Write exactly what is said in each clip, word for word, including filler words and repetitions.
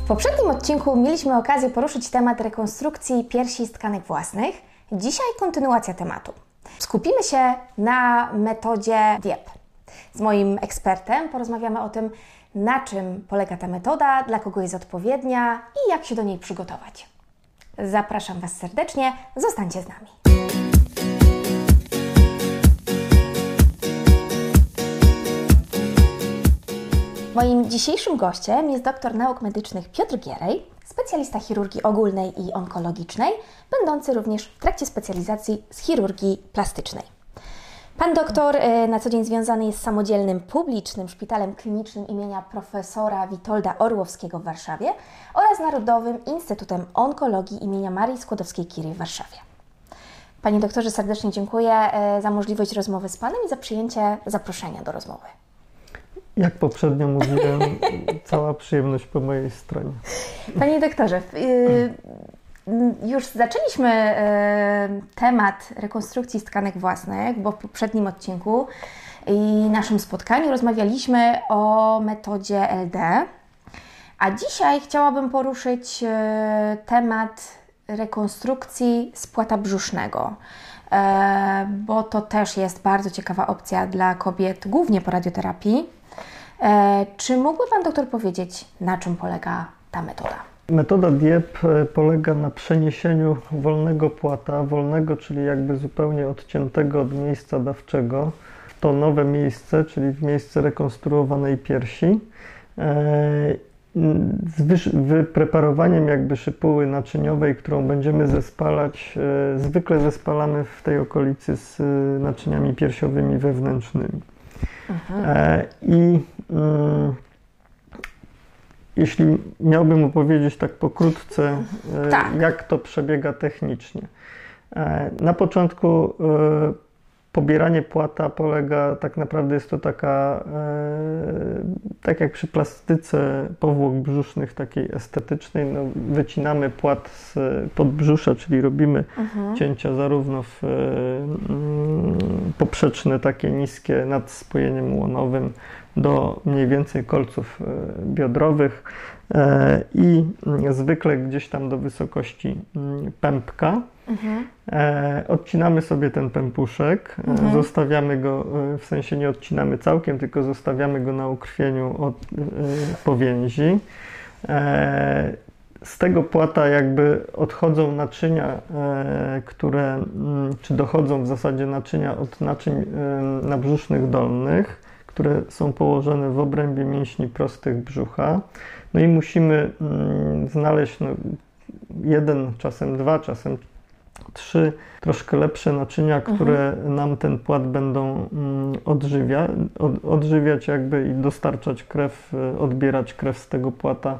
poprzednim odcinku mieliśmy okazję poruszyć temat rekonstrukcji piersi z tkanek własnych. Dzisiaj kontynuacja tematu. Skupimy się na metodzie D I E P. Z moim ekspertem porozmawiamy o tym, na czym polega ta metoda, dla kogo jest odpowiednia i jak się do niej przygotować. Zapraszam Was serdecznie, zostańcie z nami. Moim dzisiejszym gościem jest doktor nauk medycznych Piotr Gierej, specjalista chirurgii ogólnej i onkologicznej, będący również w trakcie specjalizacji z chirurgii plastycznej. Pan doktor na co dzień związany jest z samodzielnym publicznym szpitalem klinicznym imienia profesora Witolda Orłowskiego w Warszawie oraz Narodowym Instytutem Onkologii imienia Marii Skłodowskiej-Curie w Warszawie. Panie doktorze, serdecznie dziękuję za możliwość rozmowy z Panem i za przyjęcie zaproszenia do rozmowy. Jak poprzednio mówiłem, cała przyjemność po mojej stronie. Panie doktorze, już zaczęliśmy temat rekonstrukcji z tkanek własnych, bo w poprzednim odcinku i naszym spotkaniu rozmawialiśmy o metodzie L D, a dzisiaj chciałabym poruszyć temat rekonstrukcji z płata brzusznego, bo to też jest bardzo ciekawa opcja dla kobiet, głównie po radioterapii. Czy mógłby Pan doktor powiedzieć, na czym polega ta metoda? Metoda D I E P polega na przeniesieniu wolnego płata, wolnego, czyli jakby zupełnie odciętego od miejsca dawczego, w to nowe miejsce, czyli w miejsce rekonstruowanej piersi, z wypreparowaniem jakby szypuły naczyniowej, którą będziemy zespalać. Zwykle zespalamy w tej okolicy z naczyniami piersiowymi wewnętrznymi. Mhm. I y, jeśli miałbym opowiedzieć tak pokrótce, y, tak. jak to przebiega technicznie. Y, na początku y, pobieranie płata polega, tak naprawdę jest to taka, y, tak jak przy plastyce powłok brzusznych, takiej estetycznej, no, wycinamy płat z podbrzusza, czyli robimy mhm. cięcia zarówno w, y, y, poprzeczne, takie niskie nad spojeniem łonowym do mniej więcej kolców y, biodrowych y, i y, zwykle gdzieś tam do wysokości y, pępka. Mhm. E, odcinamy sobie ten pępuszek, mhm. zostawiamy go, w sensie nie odcinamy całkiem, tylko zostawiamy go na ukrwieniu od e, powięzi. E, z tego płata jakby odchodzą naczynia, e, które, m, czy dochodzą w zasadzie naczynia od naczyń e, nabrzusznych dolnych, które są położone w obrębie mięśni prostych brzucha. No i musimy m, znaleźć no, jeden, czasem dwa, czasem trzy troszkę lepsze naczynia, które mhm. nam ten płat będą odżywia, od, odżywiać jakby i dostarczać krew, odbierać krew z tego płata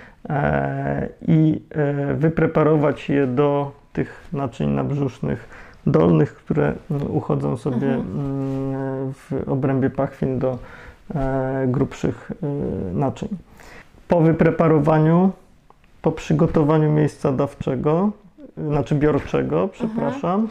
e, i e, wypreparować je do tych naczyń nabrzusznych dolnych, które uchodzą sobie mhm. w obrębie pachwin do e, grubszych e, naczyń. Po wypreparowaniu, po przygotowaniu miejsca dawczego, znaczy biorczego, przepraszam.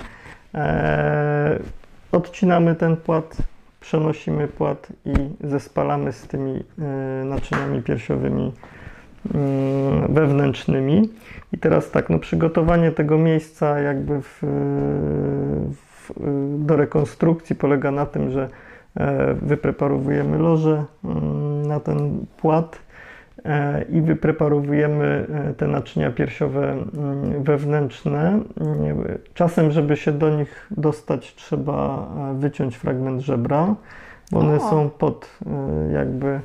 E, odcinamy ten płat, przenosimy płat i zespalamy z tymi e, naczyniami piersiowymi e, wewnętrznymi. I teraz tak, no przygotowanie tego miejsca jakby w, w, do rekonstrukcji polega na tym, że e, wypreparowujemy loże e, na ten płat i wypreparowujemy te naczynia piersiowe wewnętrzne. Czasem, żeby się do nich dostać, trzeba wyciąć fragment żebra, bo one o. są pod jakby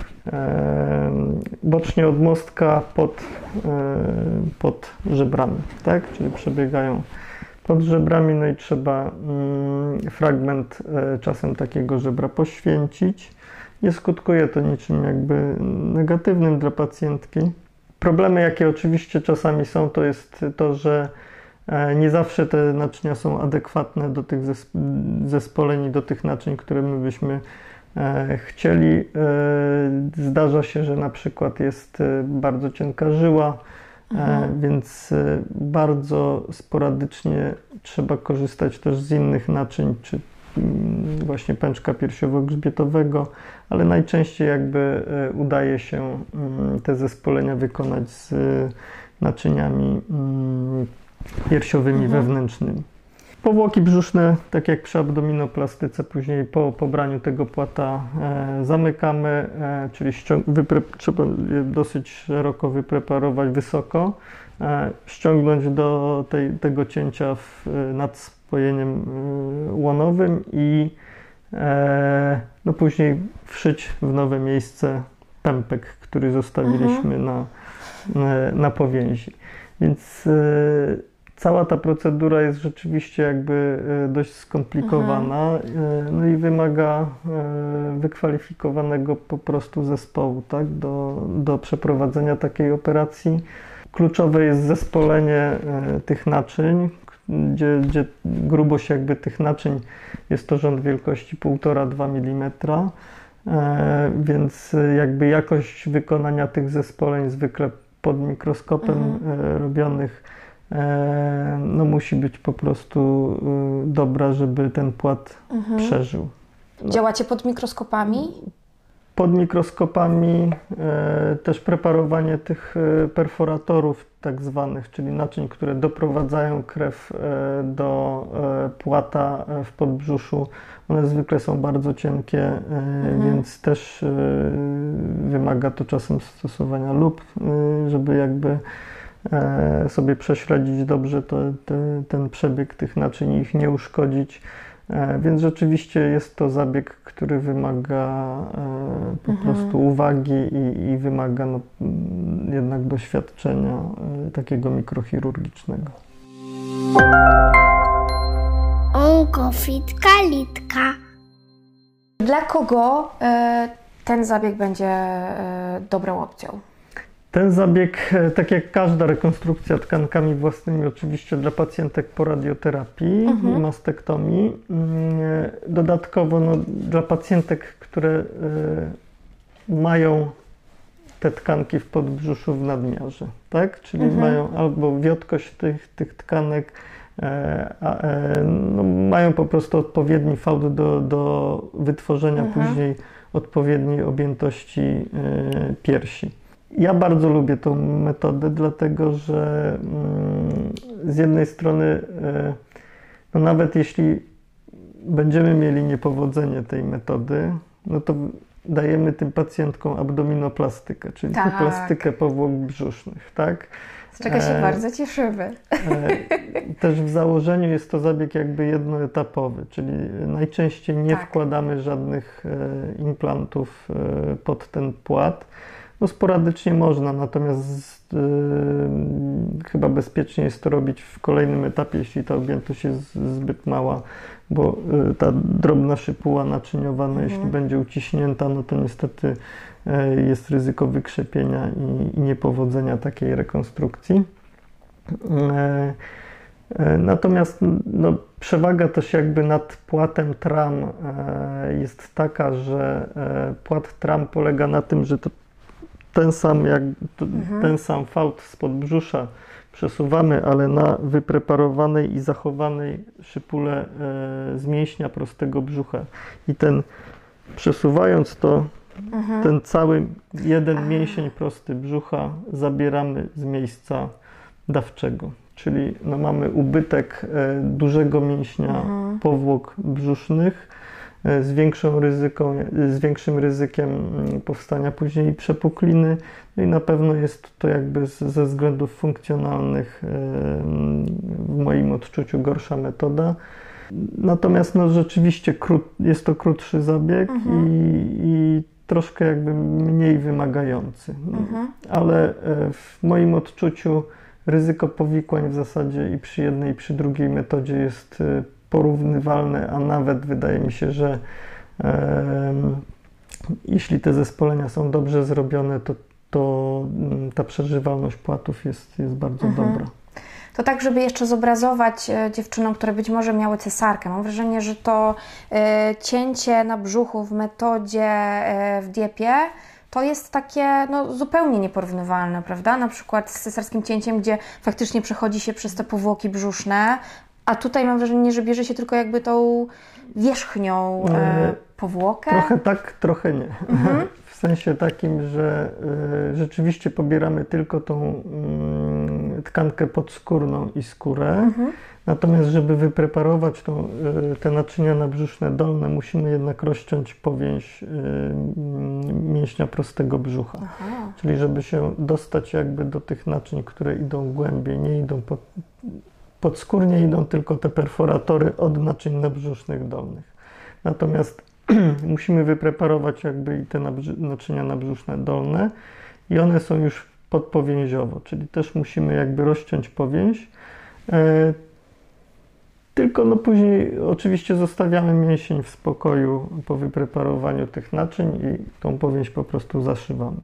bocznie od mostka pod, pod żebrami, tak? Czyli przebiegają pod żebrami, no i trzeba fragment czasem takiego żebra poświęcić. Nie skutkuje to niczym jakby negatywnym dla pacjentki. Problemy, jakie oczywiście czasami są, to jest to, że nie zawsze te naczynia są adekwatne do tych zespoleń i do tych naczyń, które my byśmy chcieli. Zdarza się, że na przykład jest bardzo cienka żyła, mhm. więc bardzo sporadycznie trzeba korzystać też z innych naczyń, czy właśnie pęczka piersiowo-grzbietowego, ale najczęściej jakby udaje się te zespolenia wykonać z naczyniami piersiowymi mhm. wewnętrznymi. Powłoki brzuszne, tak jak przy abdominoplastyce, później po pobraniu tego płata e, zamykamy, e, czyli trzeba je dosyć szeroko wypreparować wysoko, e, ściągnąć do tej, tego cięcia w, nad spojeniem e, łonowym i e, no później wszyć w nowe miejsce pępek, który zostawiliśmy mhm. na, na, na powięzi. Więc e, cała ta procedura jest rzeczywiście jakby dość skomplikowana, mhm. no i wymaga wykwalifikowanego po prostu zespołu, tak, do, do przeprowadzenia takiej operacji. Kluczowe jest zespolenie tych naczyń, gdzie, gdzie grubość jakby tych naczyń jest to rząd wielkości półtora do dwóch milimetrów, więc jakby jakość wykonania tych zespoleń zwykle pod mikroskopem mhm. robionych no musi być po prostu dobra, żeby ten płat mhm. przeżył. No. Działacie pod mikroskopami? Pod mikroskopami e, też preparowanie tych perforatorów tak zwanych, czyli naczyń, które doprowadzają krew e, do e, płata w podbrzuszu. One zwykle są bardzo cienkie, e, mhm. więc też e, wymaga to czasem stosowania lup, e, żeby jakby sobie prześledzić dobrze to, te, ten przebieg tych naczyń i ich nie uszkodzić. Więc rzeczywiście jest to zabieg, który wymaga po mhm. prostu uwagi i, i wymaga no, jednak doświadczenia takiego mikrochirurgicznego. Onkofitka Litka. Dla kogo ten zabieg będzie dobrą opcją? Ten zabieg, tak jak każda rekonstrukcja tkankami własnymi, oczywiście dla pacjentek po radioterapii mhm. i mastektomii. Dodatkowo no, dla pacjentek, które y, mają te tkanki w podbrzuszu w nadmiarze, tak? Czyli mhm. mają albo wiotkość tych, tych tkanek, e, a, e, no, mają po prostu odpowiedni fałd do, do wytworzenia mhm. później odpowiedniej objętości e, piersi. Ja bardzo lubię tą metodę, dlatego że mm, z jednej strony no nawet jeśli będziemy mieli niepowodzenie tej metody, no to dajemy tym pacjentkom abdominoplastykę, czyli tak. plastykę powłok brzusznych, tak? Z czego się e, bardzo cieszymy. E, też w założeniu jest to zabieg jakby jednoetapowy, czyli najczęściej nie tak. wkładamy żadnych e, implantów e, pod ten płat. No sporadycznie można, natomiast yy, chyba bezpiecznie jest to robić w kolejnym etapie, jeśli ta objętość jest zbyt mała, bo yy, ta drobna szypuła naczyniowa, no, mhm. jeśli będzie uciśnięta, no to niestety yy, jest ryzyko wykrzepienia i, i niepowodzenia takiej rekonstrukcji. Yy, yy, natomiast no, przewaga też jakby nad płatem tram yy, jest taka, że yy, płat tram polega na tym, że to ten sam, jak, mhm. ten sam fałd z podbrzusza przesuwamy, ale na wypreparowanej i zachowanej szypule e, z mięśnia prostego brzucha. I ten, przesuwając to, mhm. ten cały jeden mięsień prosty brzucha zabieramy z miejsca dawczego. Czyli no, mamy ubytek e, dużego mięśnia mhm. powłok brzusznych, z, większą ryzyką, z większym ryzykiem powstania później przepukliny. No i na pewno jest to jakby z, ze względów funkcjonalnych w moim odczuciu gorsza metoda. Natomiast no, rzeczywiście krót, jest to krótszy zabieg mhm. i, i troszkę jakby mniej wymagający. Mhm. Ale w moim odczuciu ryzyko powikłań w zasadzie i przy jednej i przy drugiej metodzie jest porównywalne, a nawet wydaje mi się, że e, jeśli te zespolenia są dobrze zrobione, to, to ta przeżywalność płatów jest, jest bardzo mhm. dobra. To tak, żeby jeszcze zobrazować dziewczynom, które być może miały cesarkę. Mam wrażenie, że to e, cięcie na brzuchu w metodzie e, w diepie to jest takie no, zupełnie nieporównywalne, prawda? Na przykład z cesarskim cięciem, gdzie faktycznie przechodzi się przez te powłoki brzuszne, A tutaj mam wrażenie, że bierze się tylko jakby tą wierzchnią e, powłokę? Trochę tak, trochę nie. Mhm. W sensie takim, że y, rzeczywiście pobieramy tylko tą y, tkankę podskórną i skórę. Mhm. Natomiast żeby wypreparować tą, y, te naczynia nabrzuszne dolne, musimy jednak rozciąć powięź y, mięśnia prostego brzucha. Aha. Czyli żeby się dostać jakby do tych naczyń, które idą głębiej, nie idą pod, podskórnie, idą tylko te perforatory od naczyń nabrzusznych dolnych. Natomiast musimy wypreparować jakby i te naczynia nabrzuszne dolne i one są już podpowięziowo, czyli też musimy jakby rozciąć powięź. E, tylko no później oczywiście zostawiamy mięsień w spokoju po wypreparowaniu tych naczyń i tą powięź po prostu zaszywamy.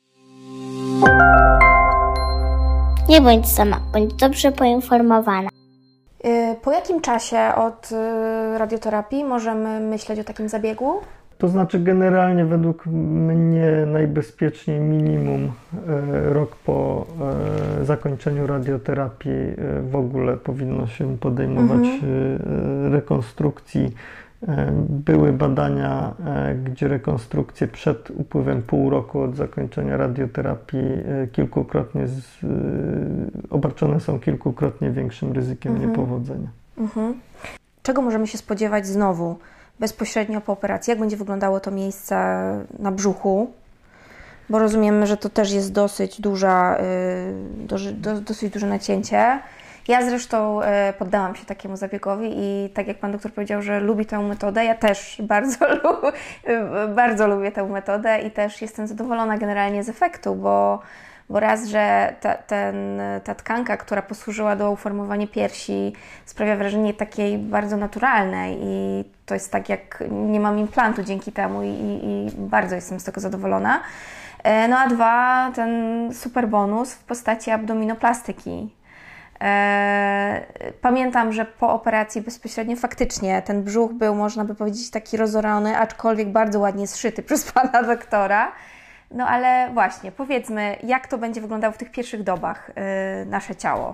Nie bądź sama, bądź dobrze poinformowana. Po jakim czasie od radioterapii możemy myśleć o takim zabiegu? To znaczy generalnie według mnie najbezpieczniej minimum rok po zakończeniu radioterapii w ogóle powinno się podejmować mhm. rekonstrukcji. Były badania, gdzie rekonstrukcje przed upływem pół roku od zakończenia radioterapii kilkukrotnie z, obarczone są kilkukrotnie większym ryzykiem mhm. niepowodzenia. Mhm. Czego możemy się spodziewać znowu bezpośrednio po operacji? Jak będzie wyglądało to miejsce na brzuchu? Bo rozumiemy, że to też jest dosyć duża, dosyć duże nacięcie. Ja zresztą e, poddałam się takiemu zabiegowi i tak jak Pan doktor powiedział, że lubi tę metodę, ja też bardzo, lu- bardzo lubię tę metodę i też jestem zadowolona generalnie z efektu, bo, bo raz, że ta, ten, ta tkanka, która posłużyła do uformowania piersi, sprawia wrażenie takiej bardzo naturalnej i to jest tak, jak nie mam implantu dzięki temu i, i bardzo jestem z tego zadowolona. E, no a dwa, ten super bonus w postaci abdominoplastyki. Pamiętam, że po operacji bezpośrednio faktycznie ten brzuch był, można by powiedzieć, taki rozorany, aczkolwiek bardzo ładnie zszyty przez Pana doktora. No ale właśnie, powiedzmy, jak to będzie wyglądało w tych pierwszych dobach nasze ciało?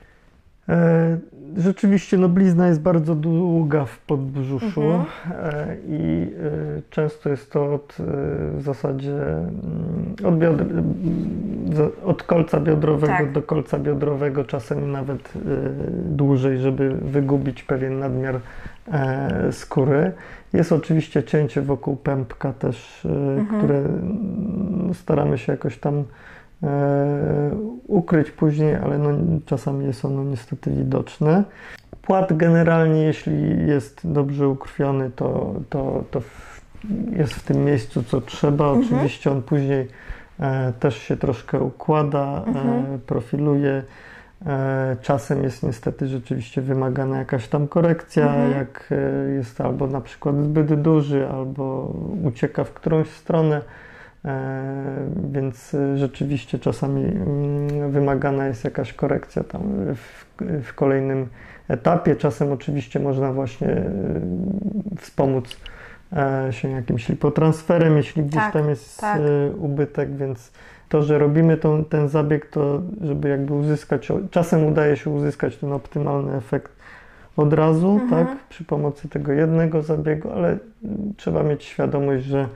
Rzeczywiście no, blizna jest bardzo długa w podbrzuszu mhm. i często jest to od, w zasadzie od, biodr, od kolca biodrowego tak. do kolca biodrowego, czasem nawet dłużej, żeby wygubić pewien nadmiar skóry. Jest oczywiście cięcie wokół pępka też, mhm. które staramy się jakoś tam ukryć później, ale no, czasami jest ono niestety widoczne. Płat generalnie, jeśli jest dobrze ukrwiony, to, to, to jest w tym miejscu, co trzeba. Mhm. Oczywiście on później e, też się troszkę układa, mhm. e, profiluje. E, czasem jest niestety rzeczywiście wymagana jakaś tam korekcja, mhm. jak e, jest albo na przykład zbyt duży, albo ucieka w którąś stronę. Więc rzeczywiście czasami wymagana jest jakaś korekcja tam w, w kolejnym etapie. Czasem oczywiście można właśnie wspomóc się jakimś lipotransferem, jeśli gdzieś tak, tam jest tak. ubytek, więc to, że robimy tą, ten zabieg, to żeby jakby uzyskać, czasem udaje się uzyskać ten optymalny efekt od razu, mhm. tak, przy pomocy tego jednego zabiegu, ale trzeba mieć świadomość, że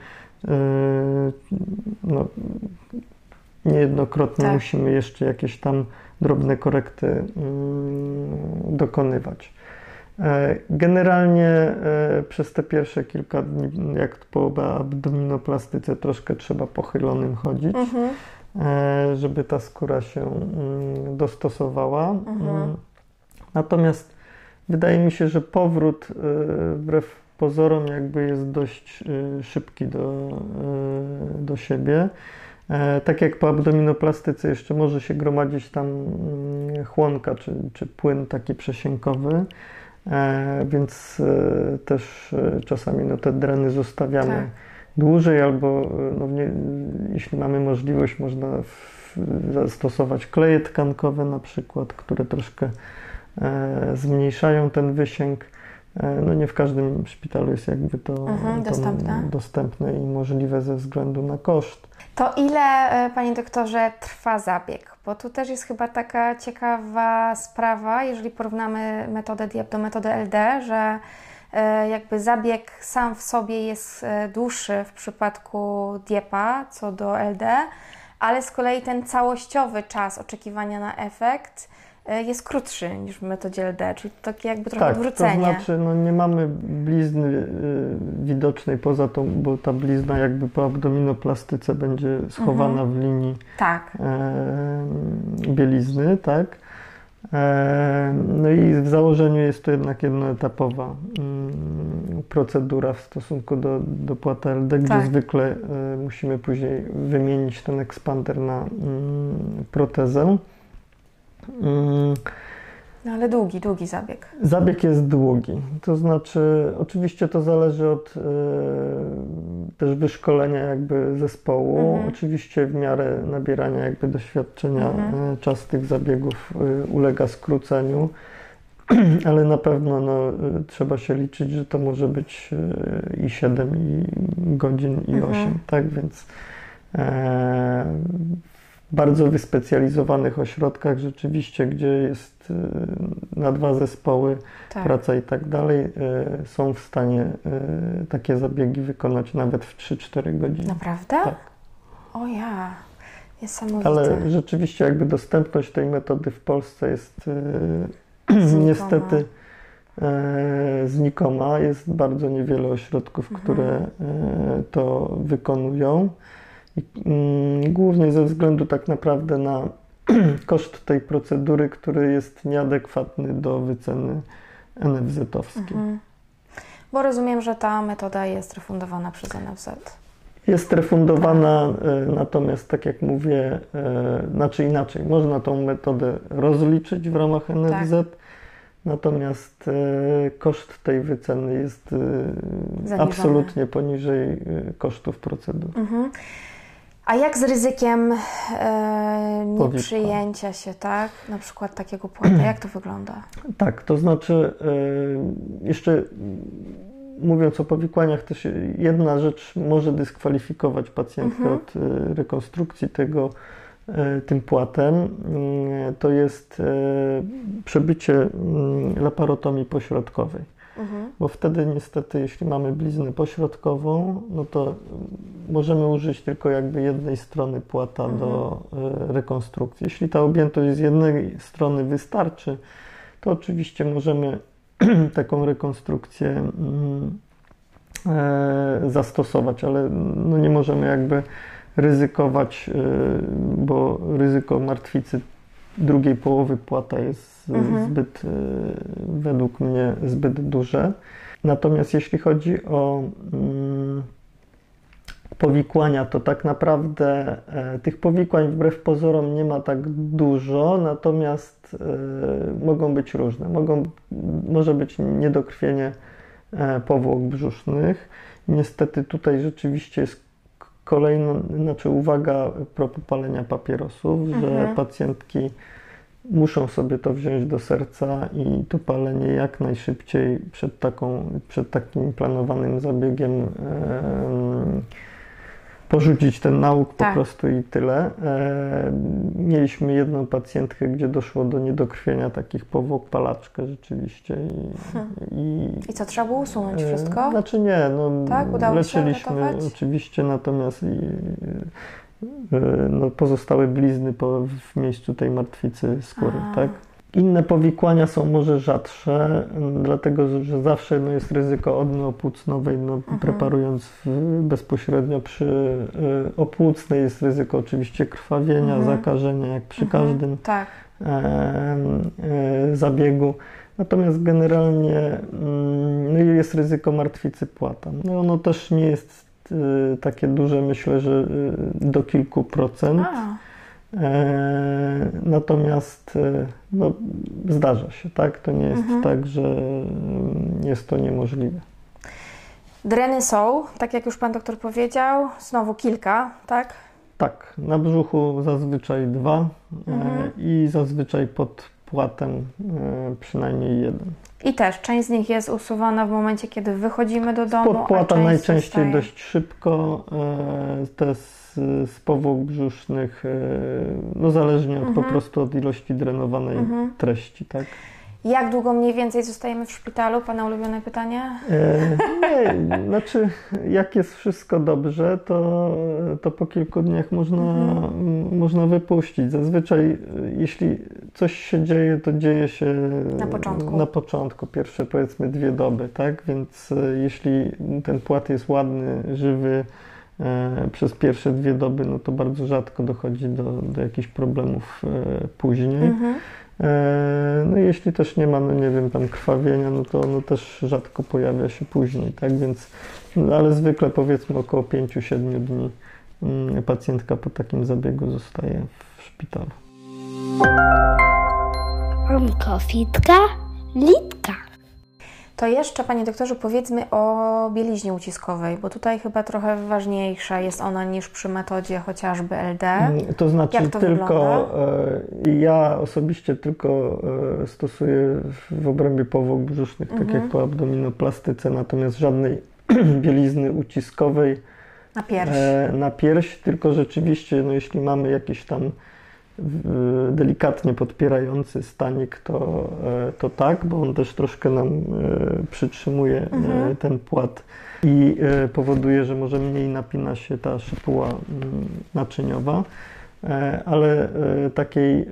no, niejednokrotnie tak. musimy jeszcze jakieś tam drobne korekty mm, dokonywać. Generalnie przez te pierwsze kilka dni, jak po abdominoplastyce, troszkę trzeba pochylonym chodzić, mhm. żeby ta skóra się dostosowała. Mhm. Natomiast wydaje mi się, że powrót wbrew pozorom jakby jest dość y, szybki do, y, do siebie. E, tak jak po abdominoplastyce jeszcze może się gromadzić tam y, chłonka czy, czy płyn taki przesiękowy, e, więc y, też y, czasami no, te dreny zostawiamy tak. dłużej albo no, nie, jeśli mamy możliwość, można w, zastosować kleje tkankowe na przykład, które troszkę e, zmniejszają ten wysięg. no nie w każdym szpitalu jest jakby to, mhm, to dostępne. dostępne i możliwe ze względu na koszt. To ile, panie doktorze, trwa zabieg? Bo tu też jest chyba taka ciekawa sprawa, jeżeli porównamy metodę D I E P do metody L D, że jakby zabieg sam w sobie jest dłuższy w przypadku D I E P a co do L D, ale z kolei ten całościowy czas oczekiwania na efekt jest krótszy niż w metodzie L D, czyli takie jakby trochę tak, odwrócenie. To znaczy, no nie mamy blizny y, widocznej poza tą, bo ta blizna jakby po abdominoplastyce będzie schowana mhm. w linii tak. e, bielizny, tak? E, no i w założeniu jest to jednak jednoetapowa y, procedura w stosunku do, do płata L D, gdzie tak. zwykle y, musimy później wymienić ten ekspander na y, protezę. No ale długi, długi zabieg. Zabieg jest długi. To znaczy, oczywiście to zależy od e, też wyszkolenia jakby zespołu. Mhm. Oczywiście w miarę nabierania jakby doświadczenia mhm. czas tych zabiegów e, ulega skróceniu, ale na pewno no, e, trzeba się liczyć, że to może być e, i siedem i godzin i mhm. osiem, tak? Więc e, w bardzo wyspecjalizowanych ośrodkach rzeczywiście, gdzie jest na dwa zespoły tak. praca i tak dalej, są w stanie takie zabiegi wykonać nawet w trzy cztery godziny. Naprawdę? Tak. O ja, niesamowite. Ale rzeczywiście jakby dostępność tej metody w Polsce jest niestety znikoma. Jest bardzo niewiele ośrodków, mhm. które to wykonują. I głównie ze względu tak naprawdę na koszt tej procedury, który jest nieadekwatny do wyceny N F Z-owskiej. Mhm. Bo rozumiem, że ta metoda jest refundowana przez N F Z. Jest refundowana, tak. natomiast tak jak mówię, znaczy inaczej, można tą metodę rozliczyć w ramach N F Z, tak. natomiast koszt tej wyceny jest Zaniżony. absolutnie poniżej kosztów procedur. Mhm. A jak z ryzykiem e, nieprzyjęcia się, tak? Na przykład takiego płata, jak to wygląda? Tak, to znaczy e, jeszcze mówiąc o powikłaniach, też jedna rzecz może dyskwalifikować pacjentkę mhm. od e, rekonstrukcji tego e, tym płatem. E, to jest e, przebycie e, laparotomii pośrodkowej. Mhm. Bo wtedy niestety, jeśli mamy bliznę pośrodkową, no to możemy użyć tylko jakby jednej strony płata mhm. do e, rekonstrukcji. Jeśli ta objętość z jednej strony wystarczy, to oczywiście możemy taką rekonstrukcję mm, e, zastosować, ale no nie możemy jakby ryzykować, e, bo ryzyko martwicy drugiej połowy płata jest mhm. zbyt, według mnie, zbyt duże. Natomiast jeśli chodzi o mm, powikłania, to tak naprawdę e, tych powikłań wbrew pozorom nie ma tak dużo, natomiast e, mogą być różne. Mogą, może być niedokrwienie e, powłok brzusznych. Niestety tutaj rzeczywiście jest kolejna, znaczy uwaga propos palenia papierosów, mhm. że pacjentki muszą sobie to wziąć do serca i to palenie jak najszybciej przed, taką, przed takim planowanym zabiegiem e, porzucić ten nauk tak. po prostu i tyle. E, mieliśmy jedną pacjentkę, gdzie doszło do niedokrwienia takich powłok, palaczkę rzeczywiście. I, hmm. i, I co, trzeba było usunąć wszystko? E, znaczy nie, no tak? Udało leczyliśmy się oczywiście, natomiast i, no, pozostały blizny po, w miejscu tej martwicy skóry, A. tak? Inne powikłania są może rzadsze, dlatego że zawsze no, jest ryzyko odny opłucnowej, no, mhm. preparując w, bezpośrednio przy y, opłucnej jest ryzyko oczywiście krwawienia, mhm. zakażenia, jak przy mhm. każdym tak. e, e, zabiegu. Natomiast generalnie y, no, jest ryzyko martwicy płata. No, ono też nie jest y, takie duże, myślę, że y, do kilku procent. A. E, natomiast e, no, zdarza się, tak? To nie jest mhm. tak, że jest to niemożliwe. Dreny są, tak jak już Pan doktor powiedział, znowu kilka, tak? Tak, na brzuchu zazwyczaj dwa mhm. e, i zazwyczaj pod płatem przynajmniej jeden. I też część z nich jest usuwana w momencie, kiedy wychodzimy do domu, Spod płata a część najczęściej zostaje... dość szybko, te z, z powłok brzusznych, no zależnie od, mhm. po prostu od ilości drenowanej mhm. treści, tak? Jak długo mniej więcej zostajemy w szpitalu? Pana ulubione pytanie? E, nie, znaczy jak jest wszystko dobrze, to, to po kilku dniach można, mhm. można wypuścić. Zazwyczaj jeśli coś się dzieje, to dzieje się na początku, na początku pierwsze powiedzmy dwie doby, tak? Więc jeśli ten płat jest ładny, żywy e, przez pierwsze dwie doby, no to bardzo rzadko dochodzi do, do jakichś problemów e, później. Mhm. No i jeśli też nie ma, no nie wiem, tam krwawienia, no to ono też rzadko pojawia się później, tak, więc, no ale zwykle powiedzmy około pięć do siedmiu dni pacjentka po takim zabiegu zostaje w szpitalu. Onkofitka, litka. To jeszcze, panie doktorze, powiedzmy o bieliźnie uciskowej, bo tutaj chyba trochę ważniejsza jest ona niż przy metodzie chociażby L D. To znaczy Jak to tylko, e, ja osobiście tylko e, stosuję w obrębie powłok brzusznych, mhm. tak jak po abdominoplastyce, natomiast żadnej bielizny uciskowej na pierś. E, na pierś, tylko rzeczywiście, no jeśli mamy jakieś tam delikatnie podpierający stanik, to, to tak, bo on też troszkę nam przytrzymuje mhm. ten płat i powoduje, że może mniej napina się ta szypuła naczyniowa, ale takiej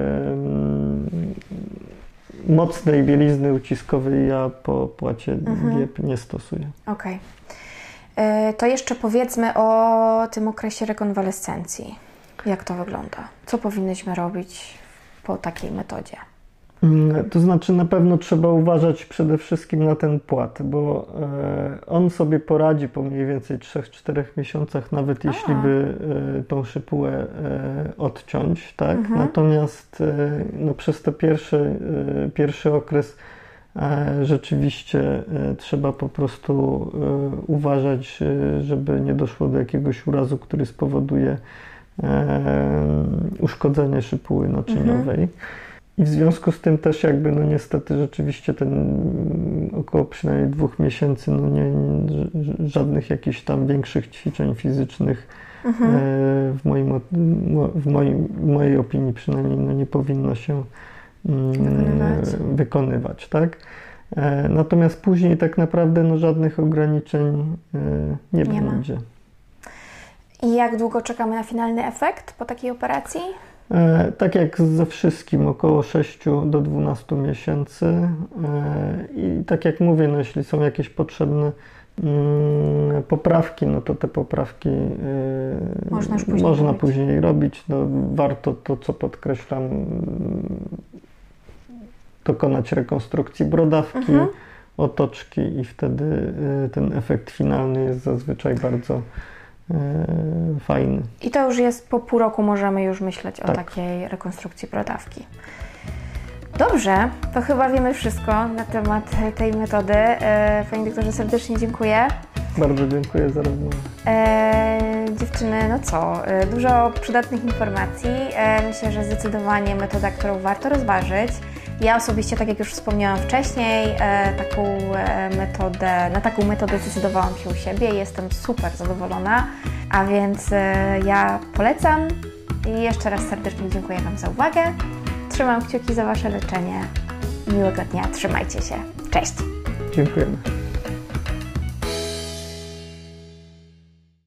mocnej bielizny uciskowej ja po płacie mhm. nie, nie stosuję. Okej. Okay. To jeszcze powiedzmy o tym okresie rekonwalescencji. Jak to wygląda? Co powinnyśmy robić po takiej metodzie? To znaczy na pewno trzeba uważać przede wszystkim na ten płat, bo on sobie poradzi po mniej więcej trzech czterech miesiącach, nawet A. jeśli by tą szypułę odciąć, tak? Mhm. Natomiast no, przez ten pierwszy, pierwszy okres rzeczywiście trzeba po prostu uważać, żeby nie doszło do jakiegoś urazu, który spowoduje uszkodzenie szypuły naczyniowej. Mhm. I w związku z tym też jakby no niestety rzeczywiście ten około przynajmniej dwóch miesięcy no nie, żadnych jakichś tam większych ćwiczeń fizycznych mhm. w, moim, w, moim, w mojej opinii przynajmniej no nie powinno się wykonywać, wykonywać, tak? Natomiast później tak naprawdę no żadnych ograniczeń nie, nie będzie. Ma. I jak długo czekamy na finalny efekt po takiej operacji? E, tak jak ze wszystkim, około sześciu do dwunastu miesięcy. E, I tak jak mówię, no, jeśli są jakieś potrzebne mm, poprawki, no to te poprawki e, można, później, można robić. później robić. No, warto to, co podkreślam, dokonać rekonstrukcji brodawki, mhm. otoczki i wtedy e, ten efekt finalny jest zazwyczaj bardzo fajny. I to już jest po pół roku możemy już myśleć tak. o takiej rekonstrukcji brodawki. Dobrze, to chyba wiemy wszystko na temat tej metody. Panie doktorze, serdecznie dziękuję. Bardzo dziękuję za rozmowę. E, dziewczyny, no co, dużo przydatnych informacji. E, myślę, że zdecydowanie metoda, którą warto rozważyć. Ja osobiście, tak jak już wspomniałam wcześniej, e, taką e, metodę, na taką metodę zdecydowałam się u siebie i jestem super zadowolona, a więc e, ja polecam i jeszcze raz serdecznie dziękuję Wam za uwagę. Trzymam kciuki za Wasze leczenie. Miłego dnia, trzymajcie się. Cześć! Dziękujemy.